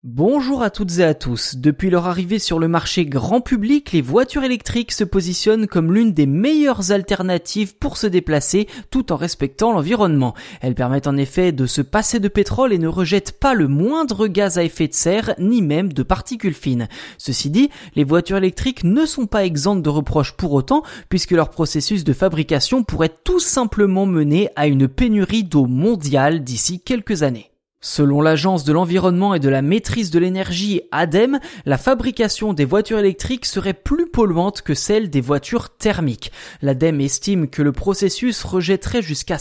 Bonjour à toutes et à tous. Depuis leur arrivée sur le marché grand public, les voitures électriques se positionnent comme l'une des meilleures alternatives pour se déplacer tout en respectant l'environnement. Elles permettent en effet de se passer de pétrole et ne rejettent pas le moindre gaz à effet de serre ni même de particules fines. Ceci dit, les voitures électriques ne sont pas exemptes de reproches pour autant puisque leur processus de fabrication pourrait tout simplement mener à une pénurie d'eau mondiale d'ici quelques années. Selon l'Agence de l'environnement et de la maîtrise de l'énergie ADEME, la fabrication des voitures électriques serait plus polluante que celle des voitures thermiques. L'ADEME estime que le processus rejetterait jusqu'à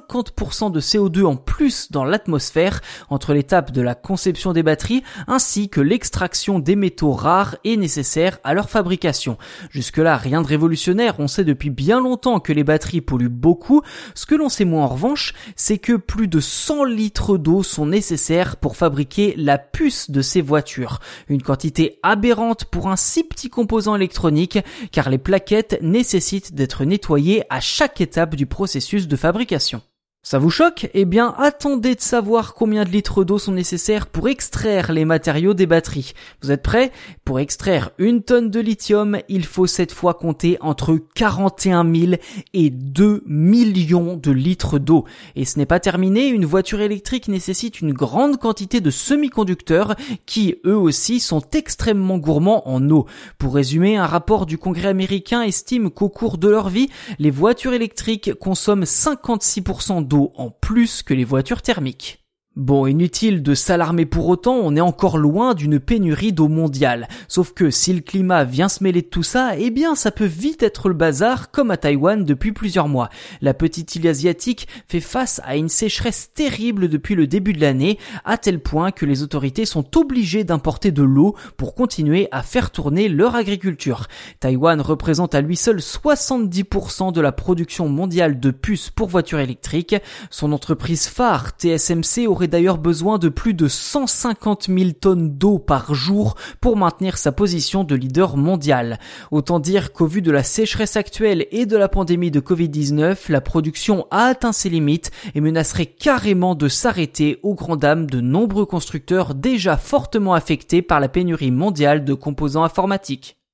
50% de CO2 en plus dans l'atmosphère entre l'étape de la conception des batteries ainsi que l'extraction des métaux rares et nécessaires à leur fabrication. Jusque-là, rien de révolutionnaire, on sait depuis bien longtemps que les batteries polluent beaucoup. Ce que l'on sait moins en revanche, c'est que plus de 100 litres d'eau sont nécessaires pour fabriquer la puce de ces voitures. Une quantité aberrante pour un si petit composant électronique car les plaquettes nécessitent d'être nettoyées à chaque étape du processus de fabrication. Ça vous choque ? Eh bien, attendez de savoir combien de litres d'eau sont nécessaires pour extraire les matériaux des batteries. Vous êtes prêts ? Pour extraire 1 tonne de lithium, il faut cette fois compter entre 41 000 et 2 millions de litres d'eau. Et ce n'est pas terminé, une voiture électrique nécessite une grande quantité de semi-conducteurs qui, eux aussi, sont extrêmement gourmands en eau. Pour résumer, un rapport du Congrès américain estime qu'au cours de leur vie, les voitures électriques consomment 56% d'eau en plus que les voitures thermiques. Bon, inutile de s'alarmer pour autant, on est encore loin d'une pénurie d'eau mondiale. Sauf que si le climat vient se mêler de tout ça, eh bien ça peut vite être le bazar comme à Taïwan depuis plusieurs mois. La petite île asiatique fait face à une sécheresse terrible depuis le début de l'année, à tel point que les autorités sont obligées d'importer de l'eau pour continuer à faire tourner leur agriculture. Taïwan représente à lui seul 70% de la production mondiale de puces pour voitures électriques. Son entreprise phare, TSMC, aurait d'ailleurs besoin de plus de 150 000 tonnes d'eau par jour pour maintenir sa position de leader mondial. Autant dire qu'au vu de la sécheresse actuelle et de la pandémie de Covid-19, la production a atteint ses limites et menacerait carrément de s'arrêter aux grandes dames de nombreux constructeurs déjà fortement affectés par la pénurie mondiale de composants informatiques.